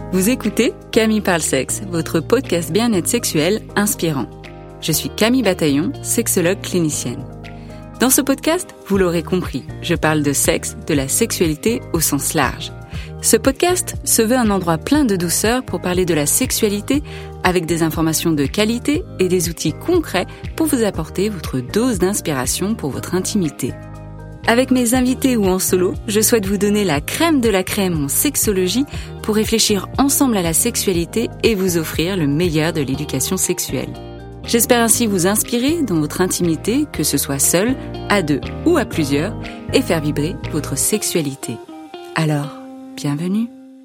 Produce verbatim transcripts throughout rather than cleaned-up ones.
Vous écoutez Camille Parle Sexe, votre podcast bien-être sexuel inspirant. Je suis Camille Bataillon, sexologue clinicienne. Dans ce podcast, vous l'aurez compris, je parle de sexe, de la sexualité au sens large. Ce podcast se veut un endroit plein de douceur pour parler de la sexualité avec des informations de qualité et des outils concrets pour vous apporter votre dose d'inspiration pour votre intimité. Avec mes invités ou en solo, je souhaite vous donner la crème de la crème en sexologie pour réfléchir ensemble à la sexualité et vous offrir le meilleur de l'éducation sexuelle. J'espère ainsi vous inspirer dans votre intimité, que ce soit seul, à deux ou à plusieurs, et faire vibrer votre sexualité. Alors, bienvenue.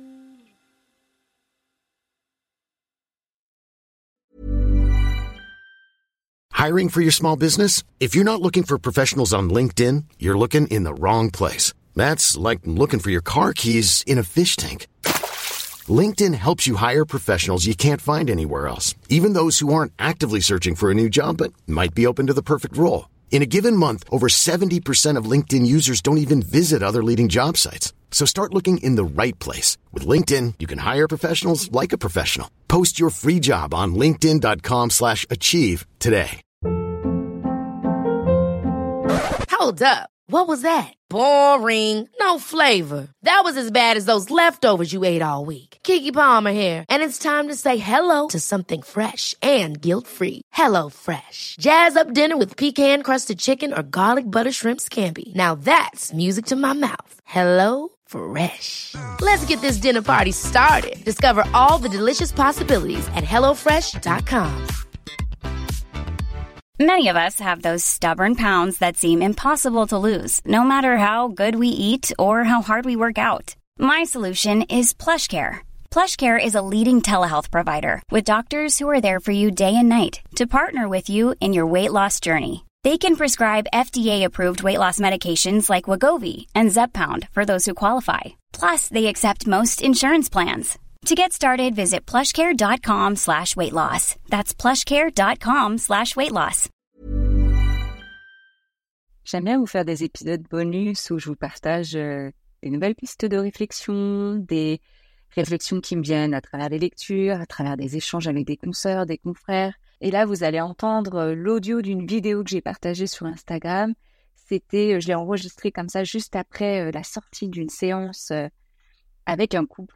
Hiring for your small business? If you're not looking for professionals on LinkedIn, you're looking in the wrong place. That's like looking for your car keys in a fish tank. LinkedIn helps you hire professionals you can't find anywhere else, even those who aren't actively searching for a new job but might be open to the perfect role. In a given month, over seventy percent of LinkedIn users don't even visit other leading job sites. So start looking in the right place. With LinkedIn, you can hire professionals like a professional. Post your free job on linkedin.com slash achieve today. Hold up. What was that? Boring. No flavor. That was as bad as those leftovers you ate all week. Keke Palmer here. And it's time to say hello to something fresh and guilt-free. Hello Fresh. Jazz up dinner with pecan-crusted chicken or garlic butter shrimp scampi. Now that's music to my mouth. Hello Fresh. Let's get this dinner party started. Discover all the delicious possibilities at hello fresh dot com. Many of us have those stubborn pounds that seem impossible to lose, no matter how good we eat or how hard we work out. My solution is PlushCare. PlushCare is a leading telehealth provider with doctors who are there for you day and night to partner with you in your weight loss journey. They can prescribe F D A-approved weight loss medications like Wegovy and Zepbound for those who qualify. Plus, they accept most insurance plans. To get started, visit plushcare.com slash weight loss. That's plushcare.com slash weight loss. J'aime bien vous faire des épisodes bonus où je vous partage euh, des nouvelles pistes de réflexion, des réflexions qui me viennent à travers des lectures, à travers des échanges avec des consoeurs, des confrères. Et là, vous allez entendre euh, l'audio d'une vidéo que j'ai partagée sur Instagram. C'était, euh, je l'ai enregistrée comme ça juste après euh, la sortie d'une séance euh, avec un couple.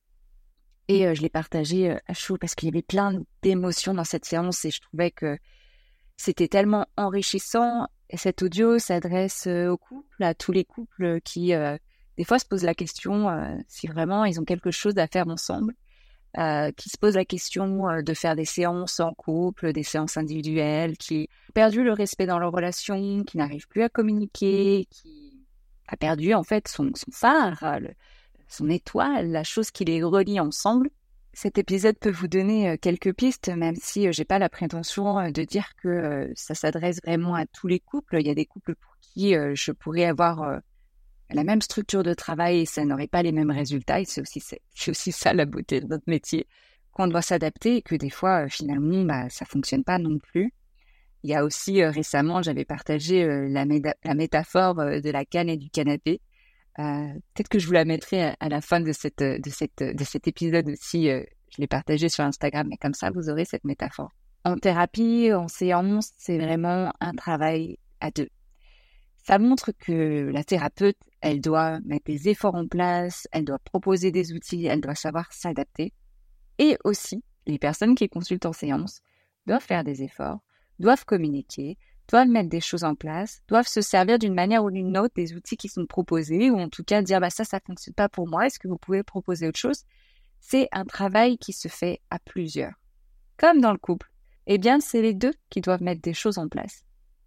Et euh, je l'ai partagé euh, à chaud parce qu'il y avait plein d'émotions dans cette séance et je trouvais que c'était tellement enrichissant. Et cet audio s'adresse euh, aux couples, à tous les couples qui, euh, des fois, se posent la question euh, si vraiment ils ont quelque chose à faire ensemble, euh, qui se posent la question euh, de faire des séances en couple, des séances individuelles, qui ont perdu le respect dans leur relation, qui n'arrivent plus à communiquer, qui a perdu en fait son, son phare, le, son étoile, la chose qui les relie ensemble. Cet épisode peut vous donner quelques pistes, même si j'ai pas la prétention de dire que ça s'adresse vraiment à tous les couples. Il y a des couples pour qui je pourrais avoir la même structure de travail et ça n'aurait pas les mêmes résultats. Et c'est aussi, c'est, c'est aussi ça la beauté de notre métier, qu'on doit s'adapter et que des fois, finalement, bah, ça fonctionne pas non plus. Il y a aussi, récemment, j'avais partagé la, méda- la métaphore de la canne et du canapé. Euh, peut-être que je vous la mettrai à, à la fin de cette de cette de cet épisode aussi. Euh, je l'ai partagé sur Instagram, mais comme ça vous aurez cette métaphore. En thérapie, en séance, c'est vraiment un travail à deux. Ça montre que la thérapeute, elle doit mettre des efforts en place, elle doit proposer des outils, elle doit savoir s'adapter. Et aussi, les personnes qui consultent en séance doivent faire des efforts, doivent communiquer, doivent mettre des choses en place, doivent se servir d'une manière ou d'une autre des outils qui sont proposés, ou en tout cas dire bah ça, ça fonctionne pas pour moi, est-ce que vous pouvez proposer autre chose? C'est un travail qui se fait à plusieurs. Comme dans le couple, eh bien c'est les deux qui doivent mettre des choses en place.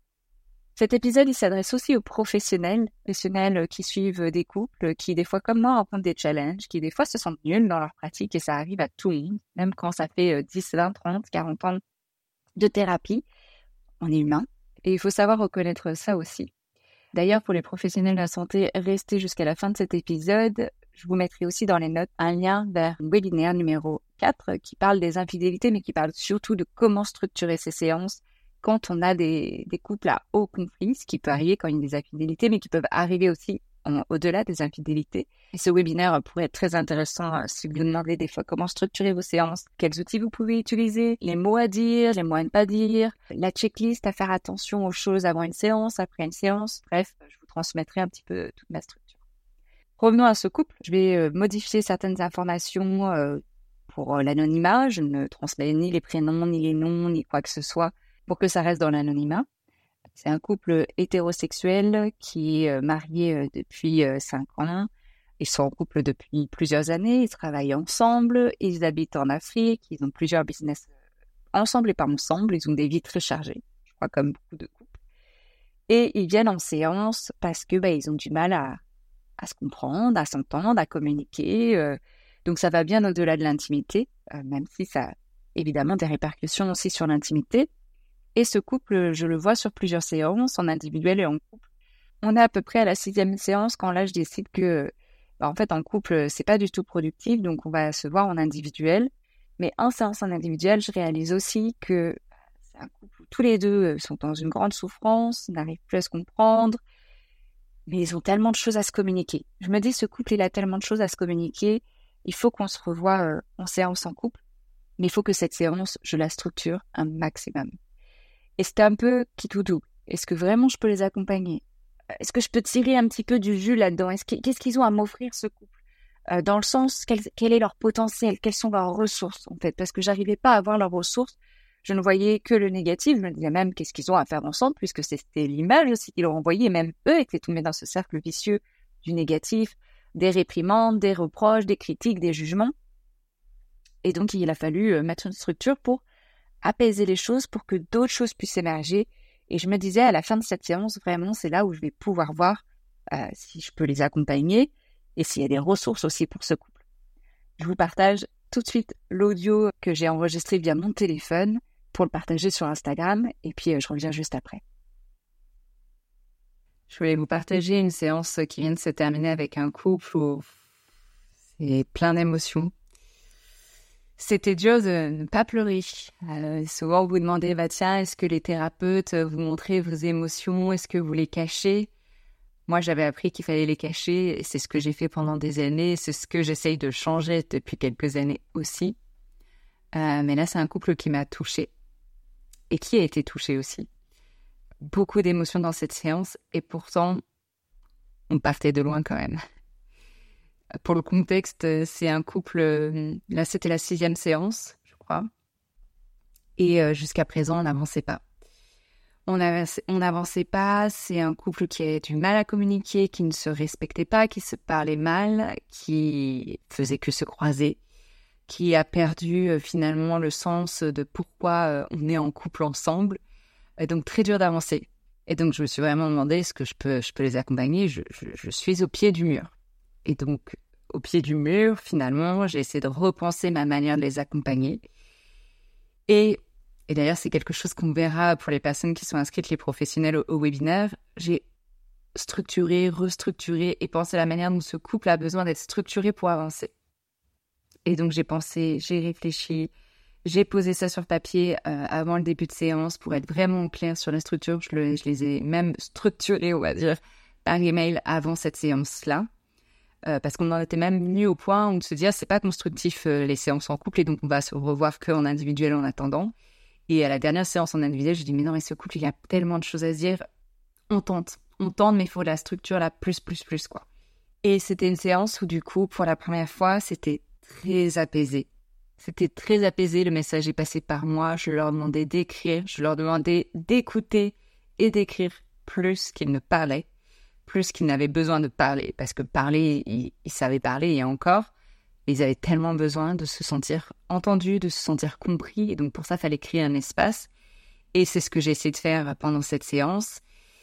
Cet épisode, il s'adresse aussi aux professionnels, professionnels qui suivent des couples, qui des fois comme moi rencontrent des challenges, qui des fois se sentent nuls dans leur pratique et ça arrive à tout le monde, même quand ça fait dix, vingt, trente, quarante ans de thérapie, on est humain. Et il faut savoir reconnaître ça aussi. D'ailleurs, pour les professionnels de la santé, restez jusqu'à la fin de cet épisode. Je vous mettrai aussi dans les notes un lien vers le webinaire numéro quatre qui parle des infidélités, mais qui parle surtout de comment structurer ces séances quand on a des, des couples à haut conflit, ce qui peut arriver quand il y a des infidélités, mais qui peuvent arriver aussi en, au-delà des infidélités. Et ce webinaire pourrait être très intéressant euh, si vous vous demandez des fois comment structurer vos séances, quels outils vous pouvez utiliser, les mots à dire, les mots à ne pas dire, la checklist à faire attention aux choses avant une séance, après une séance. Bref, je vous transmettrai un petit peu toute ma structure. Revenons à ce couple. Je vais euh, modifier certaines informations euh, pour euh, l'anonymat. Je ne transmets ni les prénoms, ni les noms, ni quoi que ce soit pour que ça reste dans l'anonymat. C'est un couple hétérosexuel qui est marié depuis cinq ans. Ils sont en couple depuis plusieurs années. Ils travaillent ensemble. Ils habitent en Afrique. Ils ont plusieurs business ensemble et pas ensemble. Ils ont des vies très chargées, je crois, comme beaucoup de couples. Et ils viennent en séance parce que bah, ils ont du mal à, à se comprendre, à s'entendre, à communiquer. Euh, donc ça va bien au-delà de l'intimité, euh, même si ça a évidemment des répercussions aussi sur l'intimité. Et ce couple, je le vois sur plusieurs séances, en individuel et en couple. On est à peu près à la sixième séance quand là, je décide que, bah, en fait, en couple, c'est pas du tout productif, donc on va se voir en individuel. Mais en séance en individuel, je réalise aussi que c'est un couple où tous les deux sont dans une grande souffrance, n'arrivent plus à se comprendre, mais ils ont tellement de choses à se communiquer. Je me dis, ce couple, il a tellement de choses à se communiquer, il faut qu'on se revoie euh, en séance en couple, mais il faut que cette séance, je la structure un maximum. Et c'était un peu qui tout double. Est-ce que vraiment je peux les accompagner ? Est-ce que je peux tirer un petit peu du jus là-dedans ? Est-ce que, qu'est-ce qu'ils ont à m'offrir, ce couple ? euh, Dans le sens, quel, quel est leur potentiel ? Quelles sont leurs ressources, en fait ? Parce que j'arrivais pas à voir leurs ressources. Je ne voyais que le négatif. Je me disais même qu'est-ce qu'ils ont à faire ensemble, puisque c'était l'image aussi qu'ils leur envoyaient. Même eux étaient tombés dans ce cercle vicieux du négatif, des réprimandes, des reproches, des critiques, des jugements. Et donc, il a fallu mettre une structure pour apaiser les choses pour que d'autres choses puissent émerger. Et je me disais, à la fin de cette séance, vraiment, c'est là où je vais pouvoir voir euh, si je peux les accompagner et s'il y a des ressources aussi pour ce couple. Je vous partage tout de suite l'audio que j'ai enregistré via mon téléphone pour le partager sur Instagram et puis euh, je reviens juste après. Je voulais vous partager une séance qui vient de se terminer avec un couple où c'est plein d'émotions. C'était dur de ne pas pleurer. Euh, souvent, vous demandez, bah, tiens, est-ce que les thérapeutes vous montraient vos émotions ? Est-ce que vous les cachez ? Moi, j'avais appris qu'il fallait les cacher et c'est ce que j'ai fait pendant des années. C'est ce que j'essaye de changer depuis quelques années aussi. Euh, mais là, c'est un couple qui m'a touchée et qui a été touché aussi. Beaucoup d'émotions dans cette séance et pourtant, on partait de loin quand même. Pour le contexte, c'est un couple... Là, c'était la sixième séance, je crois. Et euh, jusqu'à présent, on n'avançait pas. On n'avançait pas. C'est un couple qui a du mal à communiquer, qui ne se respectait pas, qui se parlait mal, qui faisait que se croiser, qui a perdu euh, finalement le sens de pourquoi euh, on est en couple ensemble. Et donc, très dur d'avancer. Et donc, je me suis vraiment demandé, est-ce que je peux, je peux les accompagner ? je, je, je suis au pied du mur. Et donc, au pied du mur, finalement, j'ai essayé de repenser ma manière de les accompagner. Et, et d'ailleurs, c'est quelque chose qu'on verra pour les personnes qui sont inscrites, les professionnels au, au webinaire. J'ai structuré, restructuré et pensé à la manière dont ce couple a besoin d'être structuré pour avancer. Et donc, j'ai pensé, j'ai réfléchi, j'ai posé ça sur papier euh, avant le début de séance pour être vraiment clair sur la structure. Je, le, je les ai même structurés, on va dire, par email avant cette séance-là. Euh, parce qu'on en était même venu au point où on se dit ah, c'est pas constructif euh, les séances en couple et donc on va se revoir qu'en individuel en attendant. Et à la dernière séance en individuel, je dis mais non mais ce couple il y a tellement de choses à se dire, on tente, on tente mais il faut la structure là plus plus plus quoi. Et c'était une séance où du coup pour la première fois c'était très apaisé. C'était très apaisé, le message est passé par moi, je leur demandais d'écrire, je leur demandais d'écouter et d'écrire plus qu'ils ne parlaient. Plus qu'ils n'avaient besoin de parler, parce que parler, ils, ils savaient parler et encore, mais ils avaient tellement besoin de se sentir entendus, de se sentir compris, et donc pour ça, il fallait créer un espace, et c'est ce que j'ai essayé de faire pendant cette séance.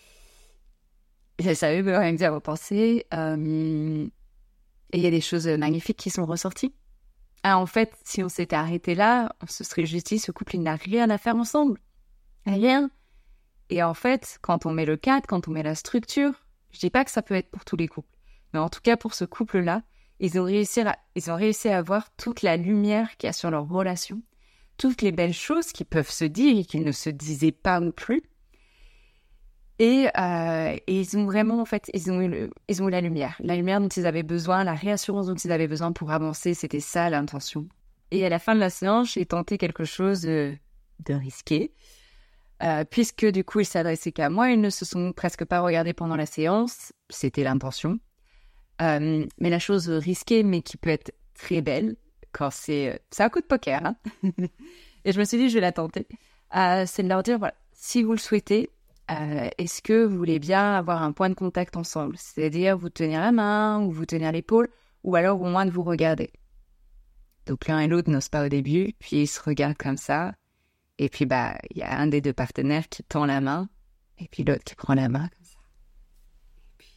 Et ça veut rien dire à repenser, euh, et il y a des choses magnifiques qui sont ressorties. Ah, en fait, si on s'était arrêté là, on se serait juste dit, ce couple, il n'a rien à faire ensemble. Rien. Et en fait, quand on met le cadre, quand on met la structure, je dis pas que ça peut être pour tous les couples, mais en tout cas pour ce couple-là, ils ont réussi à, ils ont réussi à voir toute la lumière qu'il y a sur leur relation, toutes les belles choses qu'ils peuvent se dire et qu'ils ne se disaient pas non plus. Et, euh, et ils ont vraiment, en fait, ils ont, eu le, ils ont eu la lumière. La lumière dont ils avaient besoin, la réassurance dont ils avaient besoin pour avancer, c'était ça l'intention. Et à la fin de la séance, j'ai tenté quelque chose de, de risqué. Euh, puisque du coup, ils s'adressaient qu'à moi, ils ne se sont presque pas regardés pendant la séance. C'était l'intention. Euh, mais la chose risquée, mais qui peut être très belle, quand c'est... C'est un coup de poker, hein. Et je me suis dit, je vais la tenter. Euh, c'est de leur dire, voilà, si vous le souhaitez, euh, est-ce que vous voulez bien avoir un point de contact ensemble? C'est-à-dire vous tenir la main, ou vous tenir l'épaule, ou alors au moins de vous regarder. Donc l'un et l'autre n'osent pas au début, puis ils se regardent comme ça. Et puis, bah, il y a un des deux partenaires qui tend la main, et puis l'autre qui prend la main comme ça. Et, puis...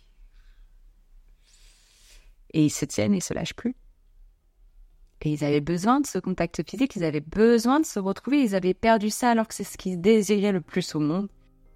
et ils se tiennent et ils se lâchent plus. Et ils avaient besoin de ce contact physique, ils avaient besoin de se retrouver, ils avaient perdu ça alors que c'est ce qu'ils désiraient le plus au monde.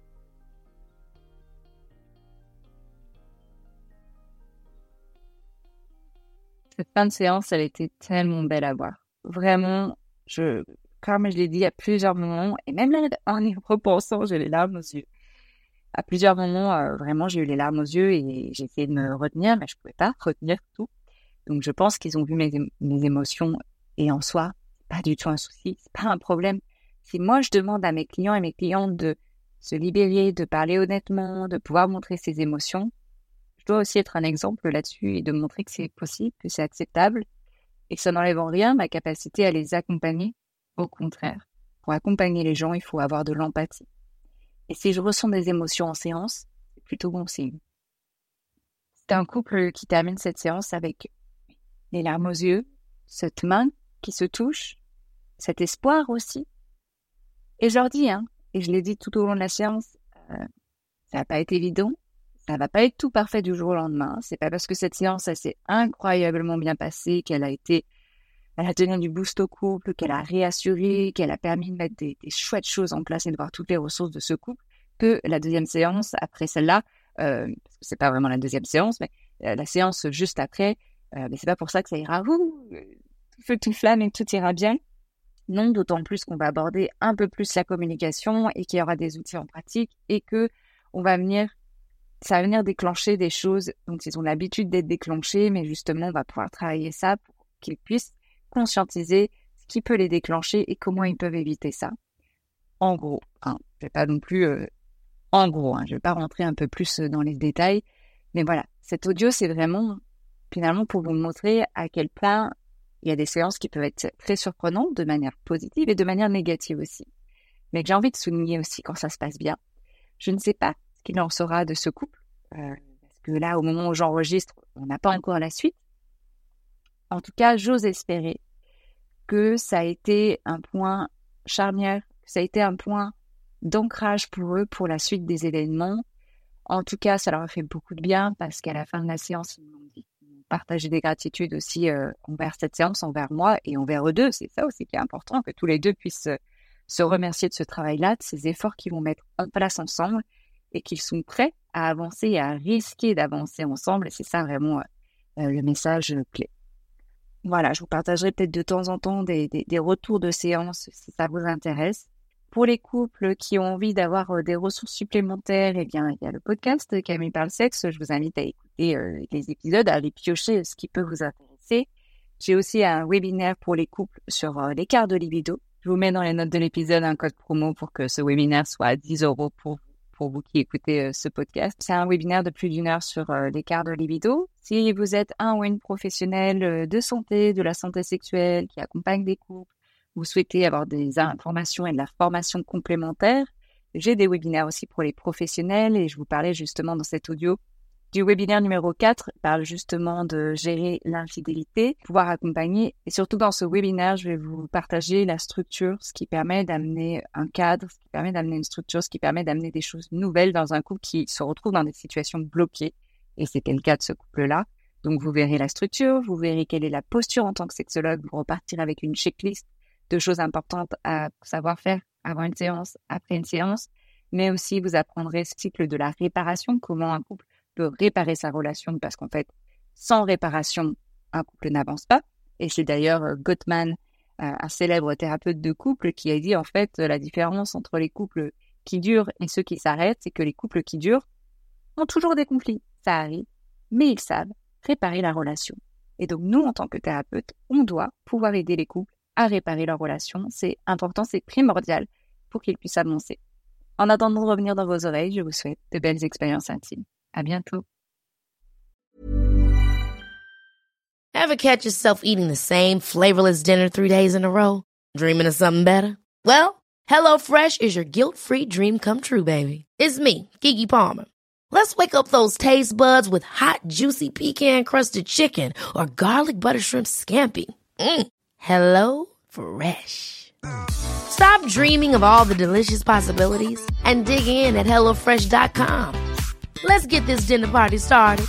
Cette fin de séance, elle était tellement belle à voir. Vraiment, je, comme je l'ai dit à plusieurs moments, et même là, en y repensant, j'ai les larmes aux yeux. À plusieurs moments, euh, vraiment, j'ai eu les larmes aux yeux et j'ai essayé de me retenir, mais je ne pouvais pas retenir tout. Donc, je pense qu'ils ont vu mes, mes émotions et en soi, c'est pas du tout un souci, c'est pas un problème. Si moi, je demande à mes clients et mes clientes de se libérer, de parler honnêtement, de pouvoir montrer ses émotions, je dois aussi être un exemple là-dessus et de montrer que c'est possible, que c'est acceptable et que ça n'enlève en rien ma capacité à les accompagner. Au contraire, pour accompagner les gens, il faut avoir de l'empathie. Et si je ressens des émotions en séance, c'est plutôt bon signe. C'est un couple qui termine cette séance avec les larmes aux yeux, cette main qui se touche, cet espoir aussi. Et je leur dis, hein, et je l'ai dit tout au long de la séance, euh, ça n'a pas été évident, ça va pas être tout parfait du jour au lendemain. C'est pas parce que cette séance, elle s'est incroyablement bien passée, qu'elle a été, elle a donné du boost au couple, qu'elle a réassuré, qu'elle a permis de mettre des, des chouettes choses en place et de voir toutes les ressources de ce couple, que la deuxième séance, après celle-là, euh, parce que c'est pas vraiment la deuxième séance, mais euh, la séance juste après, euh, mais c'est pas pour ça que ça ira, ouh, tout feu, tout flamme et tout ira bien. Non, d'autant plus qu'on va aborder un peu plus la communication et qu'il y aura des outils en pratique et que on va venir, ça va venir déclencher des choses dont ils ont l'habitude d'être déclenchés, mais justement, on va pouvoir travailler ça pour qu'ils puissent conscientiser ce qui peut les déclencher et comment ils peuvent éviter ça. En gros, hein, je vais pas non plus, euh, en gros, hein, je vais pas rentrer un peu plus dans les détails, mais voilà, cet audio, c'est vraiment finalement pour vous montrer à quel point il y a des séances qui peuvent être très surprenantes de manière positive et de manière négative aussi. Mais que j'ai envie de souligner aussi quand ça se passe bien. Je ne sais pas ce qu'il en sera de ce couple, euh, parce que là, au moment où j'enregistre, on n'a pas encore la suite. En tout cas, j'ose espérer que ça a été un point charnière, que ça a été un point d'ancrage pour eux pour la suite des événements. En tout cas, ça leur a fait beaucoup de bien parce qu'à la fin de la séance, ils m'ont dit, ils m'ont partagé des gratitudes aussi euh, envers cette séance, envers moi et envers eux deux. C'est ça aussi qui est important, que tous les deux puissent euh, se remercier de ce travail-là, de ces efforts qu'ils vont mettre en place ensemble et qu'ils sont prêts à avancer et à risquer d'avancer ensemble. Et c'est ça vraiment euh, le message clé. Voilà, je vous partagerai peut-être de temps en temps des, des, des retours de séance si ça vous intéresse. Pour les couples qui ont envie d'avoir euh, des ressources supplémentaires, eh bien, il y a le podcast Camille parle sexe. Je vous invite à écouter euh, les épisodes, à aller piocher ce qui peut vous intéresser. J'ai aussi un webinaire pour les couples sur euh, l'écart de libido. Je vous mets dans les notes de l'épisode un code promo pour que ce webinaire soit à dix euros pour vous. Pour vous qui écoutez euh, ce podcast. C'est un webinaire de plus d'une heure sur euh, l'écart de libido. Si vous êtes un ou une professionnelle euh, de santé, de la santé sexuelle, qui accompagne des couples, vous souhaitez avoir des informations et de la formation complémentaire, j'ai des webinaires aussi pour les professionnels et je vous parlais justement dans cet audio du webinaire numéro quatre, parle justement de gérer l'infidélité, pouvoir accompagner. Et surtout dans ce webinaire, je vais vous partager la structure, ce qui permet d'amener un cadre, ce qui permet d'amener une structure, ce qui permet d'amener des choses nouvelles dans un couple qui se retrouve dans des situations bloquées. Et c'était le cas de ce couple-là. Donc vous verrez la structure, vous verrez quelle est la posture en tant que sexologue, vous repartirez avec une checklist de choses importantes à savoir faire avant une séance, après une séance, mais aussi vous apprendrez ce cycle de la réparation, comment un couple peut réparer sa relation, parce qu'en fait, sans réparation, un couple n'avance pas. Et c'est d'ailleurs euh, Gottman, euh, un célèbre thérapeute de couple, qui a dit en fait la différence entre les couples qui durent et ceux qui s'arrêtent, c'est que les couples qui durent ont toujours des conflits. Ça arrive, mais ils savent réparer la relation. Et donc, nous, en tant que thérapeutes, on doit pouvoir aider les couples à réparer leur relation. C'est important, c'est primordial pour qu'ils puissent avancer. En attendant de revenir dans vos oreilles, je vous souhaite de belles expériences intimes. À bientôt. Ever catch yourself eating the same flavorless dinner three days in a row? Dreaming of something better? Well, HelloFresh is your guilt-free dream come true, baby. It's me, Keke Palmer. Let's wake up those taste buds with hot, juicy pecan-crusted chicken or garlic butter shrimp scampi. Mm. Hello Fresh. Stop dreaming of all the delicious possibilities and dig in at hello fresh dot com. Let's get this dinner party started.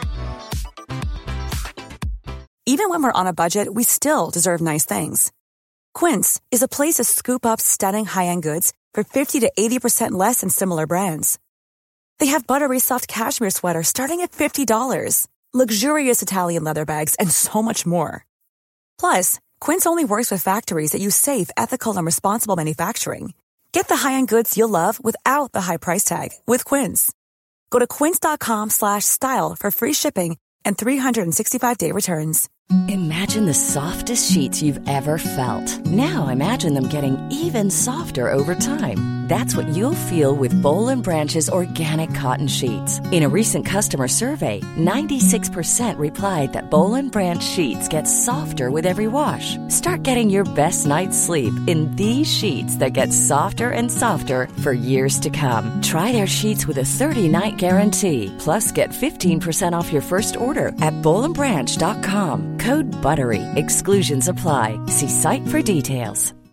Even when we're on a budget, we still deserve nice things. Quince is a place to scoop up stunning high-end goods for fifty to eighty percent less than similar brands. They have buttery soft cashmere sweaters starting at fifty dollars, luxurious Italian leather bags, and so much more. Plus, Quince only works with factories that use safe, ethical, and responsible manufacturing. Get the high-end goods you'll love without the high price tag with Quince. Go to quince.com slash style for free shipping and three sixty-five day returns. Imagine the softest sheets you've ever felt. Now imagine them getting even softer over time. That's what you'll feel with Boll and Branch's organic cotton sheets. In a recent customer survey, ninety-six percent replied that Boll and Branch sheets get softer with every wash. Start getting your best night's sleep in these sheets that get softer and softer for years to come. Try their sheets with a thirty-night guarantee. Plus, get fifteen percent off your first order at boll and branch dot com. Code BUTTERY. Exclusions apply. See site for details.